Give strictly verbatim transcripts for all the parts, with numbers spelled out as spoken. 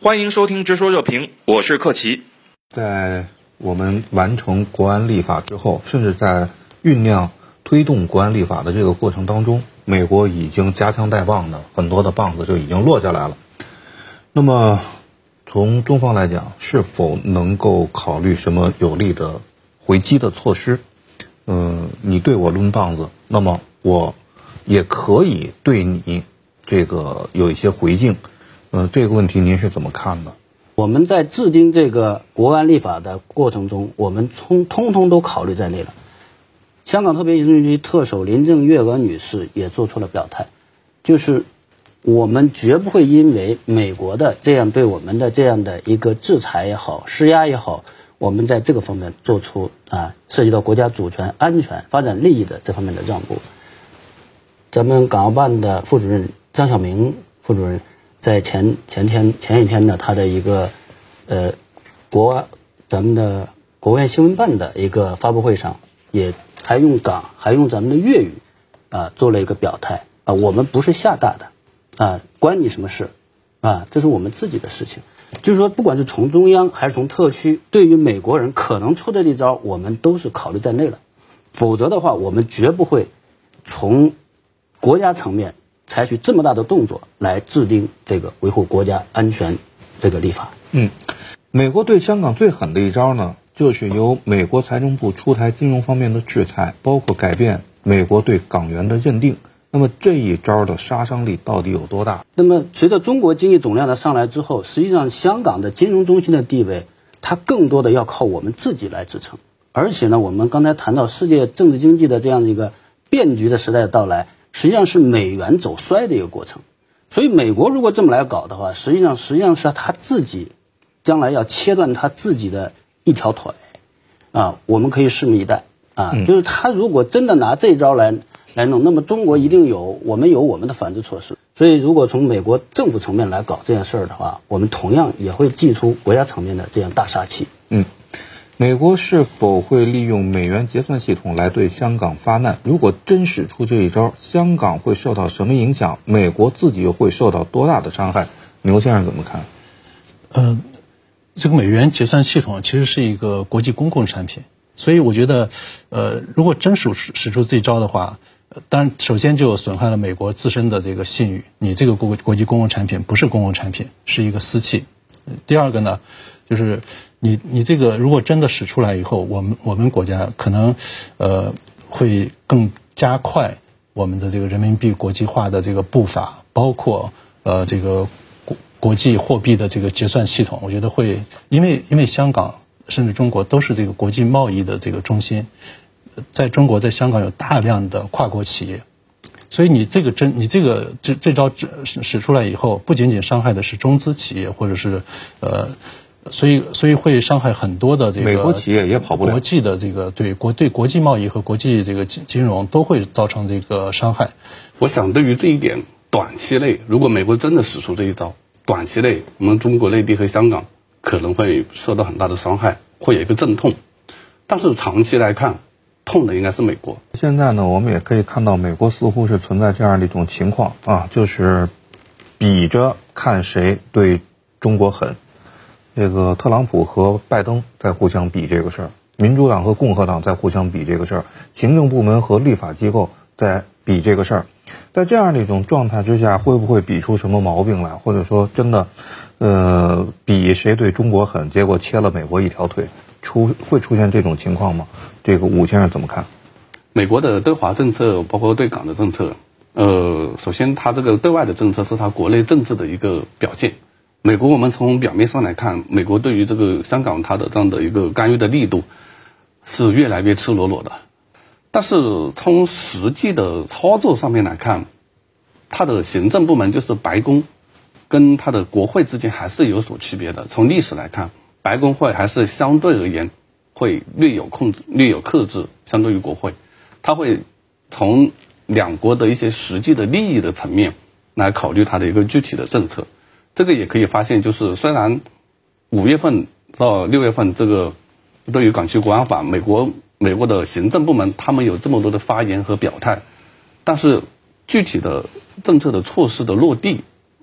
欢迎收听直说热评，我是克奇。 在我们完成国安立法之后，甚至在酝酿推动国安立法的这个过程当中，美国已经夹枪带棒的很多的棒子就已经落下来了。那么从中方来讲，是否能够考虑什么有力的回击的措施？嗯，你对我抡棒子，那么我也可以对你这个有一些回敬。呃，这个问题您是怎么看的？ 我们在制定这个国安立法的过程中，我们通通通都考虑在内了。香港特别行政区特首林郑月娥女士也做出了表态，就是我们绝不会因为美国的这样对我们的这样的一个制裁也好、施压也好，我们在这个方面做出啊涉及到国家主权、安全、发展利益的这方面的让步。咱们港澳办的副主任张晓明副主任在前前天前一天呢，他的一个呃国咱们的国务院新闻办的一个发布会上，也还用港还用咱们的粤语啊做了一个表态啊，我们不是吓大的啊，关你什么事啊？这是我们自己的事情。就是说，不管是从中央还是从特区，对于美国人可能出的这招，我们都是考虑在内了。否则的话，我们绝不会从国家层面采取这么大的动作来制定这个维护国家安全这个立法。 嗯，美国对香港最狠的一招呢，就是由美国财政部出台金融方面的制裁，包括改变美国对港元的认定。那么这一招的杀伤力到底有多大？ 那么随着中国经济总量的上来之后，实际上香港的金融中心的地位，它更多的要靠我们自己来支撑。而且呢，我们刚才谈到世界政治经济的这样的一个变局的时代的到来，实际上是美元走衰的一个过程。所以美国如果这么来搞的话，实际上实际上是他自己将来要切断他自己的一条腿啊，我们可以拭目以待啊。嗯、就是他如果真的拿这招来来弄，那么中国一定有我们有我们的反制措施。所以如果从美国政府层面来搞这件事儿的话，我们同样也会祭出国家层面的这样大杀器。 嗯。美国是否会利用美元结算系统来对香港发难？如果真使出这一招，香港会受到什么影响？美国自己又会受到多大的伤害？牛先生怎么看？ 呃，这个美元结算系统其实是一个国际公共产品，所以我觉得，呃，如果真使使出这招的话，当然首先就损害了美国自身的这个信誉，你这个国国际公共产品不是公共产品，是一个私器。第二个呢，就是你你这个如果真的使出来以后，我们我们国家可能呃会更加快我们的这个人民币国际化的这个步伐，包括呃这个国国际货币的这个结算系统，我觉得会因为因为香港甚至中国都是这个国际贸易的这个中心，在中国在香港有大量的跨国企业。所以你这个真，你这个这这招使使出来以后，不仅仅伤害的是中资企业，或者是呃，所以所以会伤害很多的这个美国企业也跑不了， 国际的这个对国对国际贸易和国际这个金金融都会造成这个伤害。 我想对于这一点，短期内如果美国真的使出这一招，短期内我们中国内地和香港可能会受到很大的伤害，会有一个阵痛。但是长期来看，痛的应该是美国。 现在呢，我们也可以看到，美国似乎是存在这样的一种情况啊，就是比着看谁对中国狠。这个特朗普和拜登在互相比这个事儿，民主党和共和党在互相比这个事儿，行政部门和立法机构在比这个事儿。在这样的一种状态之下，会不会比出什么毛病来？或者说，真的，呃，比谁对中国狠，结果切了美国一条腿？出会出现这种情况吗？这个武先生怎么看？ 美国的对华政策，包括对港的政策，呃，首先它这个对外的政策是它国内政治的一个表现。美国我们从表面上来看，美国对于这个香港它的这样的一个干预的力度是越来越赤裸裸的，但是从实际的操作上面来看，它的行政部门就是白宫跟它的国会之间还是有所区别的。从历史来看，白宫会还是相对而言会略有控制、略有克制，相对于国会，它会从两国的一些实际的利益的层面来考虑它的一个具体的政策。这个也可以发现，就是虽然五月份到六月份这个对于港区国安法，美国美国的行政部门他们有这么多的发言和表态，但是具体的政策的措施的落地，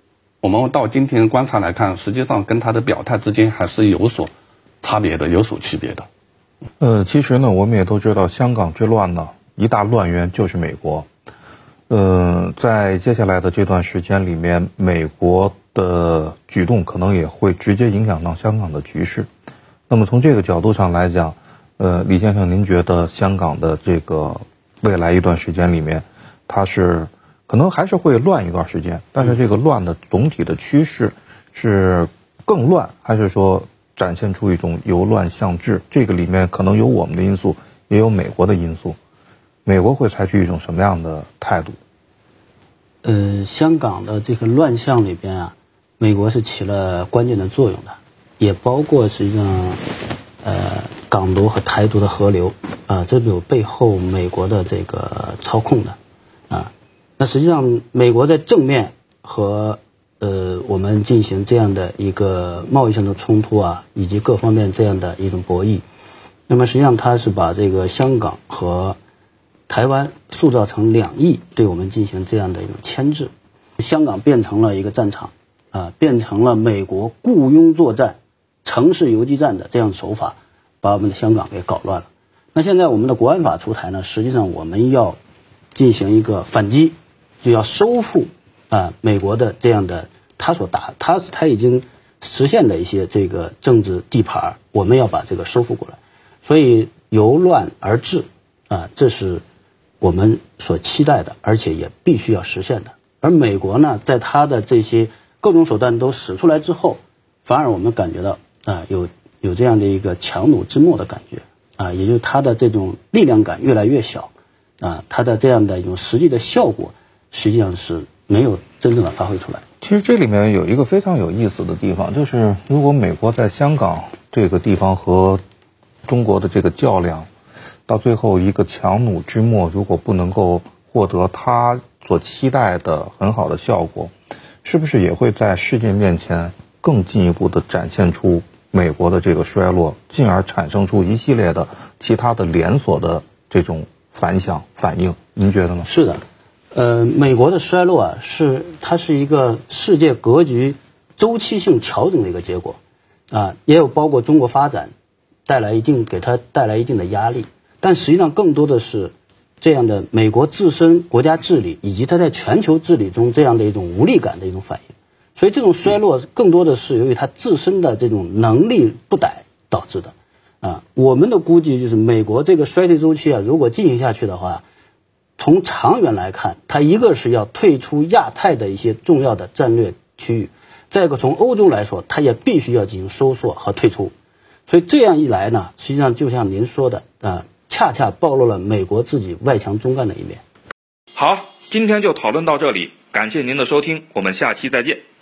我们到今天观察来看，实际上跟他的表态之间还是有所差别的，有所区别的。 呃，其实呢，我们也都知道，香港之乱呢，一大乱源就是美国。呃，在接下来的这段时间里面，美国的举动可能也会直接影响到香港的局势。那么从这个角度上来讲，呃，李先生，您觉得香港的这个未来一段时间里面，它是可能还是会乱一段时间，但是这个乱的总体的趋势是更乱，还是说展现出一种由乱向治？这个里面可能有我们的因素，也有美国的因素。美国会采取一种什么样的态度？ 呃，香港的这个乱象里边啊，美国是起了关键的作用的，也包括实际上，呃，港独和台独的合流啊，这有背后美国的这个操控的啊。那实际上，美国在正面和呃我们进行这样的一个贸易上的冲突啊，以及各方面这样的一种博弈，那么实际上它是把这个香港和台湾塑造成两翼，对我们进行这样的一种牵制，香港变成了一个战场，啊，变成了美国雇佣作战、城市游击战的这样的手法，把我们的香港给搞乱了。那现在我们的国安法出台呢，实际上我们要进行一个反击，就要收复啊美国的这样的他所打他他已经实现的一些这个政治地盘，我们要把这个收复过来。所以由乱而治啊，这是我们所期待的，而且也必须要实现的。而美国呢，在他的这些各种手段都使出来之后，反而我们感觉到啊，有有这样的一个强弩之末的感觉啊，也就是他的这种力量感越来越小啊，他的这样的一种实际的效果，实际上是没有真正的发挥出来。 其实这里面有一个非常有意思的地方，就是如果美国在香港这个地方和中国的这个较量，到最后一个强弩之末，如果不能够获得他所期待的很好的效果，是不是也会在世界面前更进一步的展现出美国的这个衰落，进而产生出一系列的其他的连锁的这种反响反应？您觉得呢？ 是的，呃，美国的衰落啊，是它是一个世界格局周期性调整的一个结果啊，也有包括中国发展带来一定给它带来一定的压力。但实际上更多的是这样的美国自身国家治理以及它在全球治理中这样的一种无力感的一种反应，所以这种衰落更多的是由于它自身的这种能力不逮导致的啊。我们的估计就是美国这个衰退周期啊，如果进行下去的话，从长远来看，它一个是要退出亚太的一些重要的战略区域，再一个从欧洲来说，它也必须要进行收缩和退出。所以这样一来呢，实际上就像您说的啊。恰恰暴露了美国自己外强中干的一面。 好，今天就讨论到这里，感谢您的收听，我们下期再见。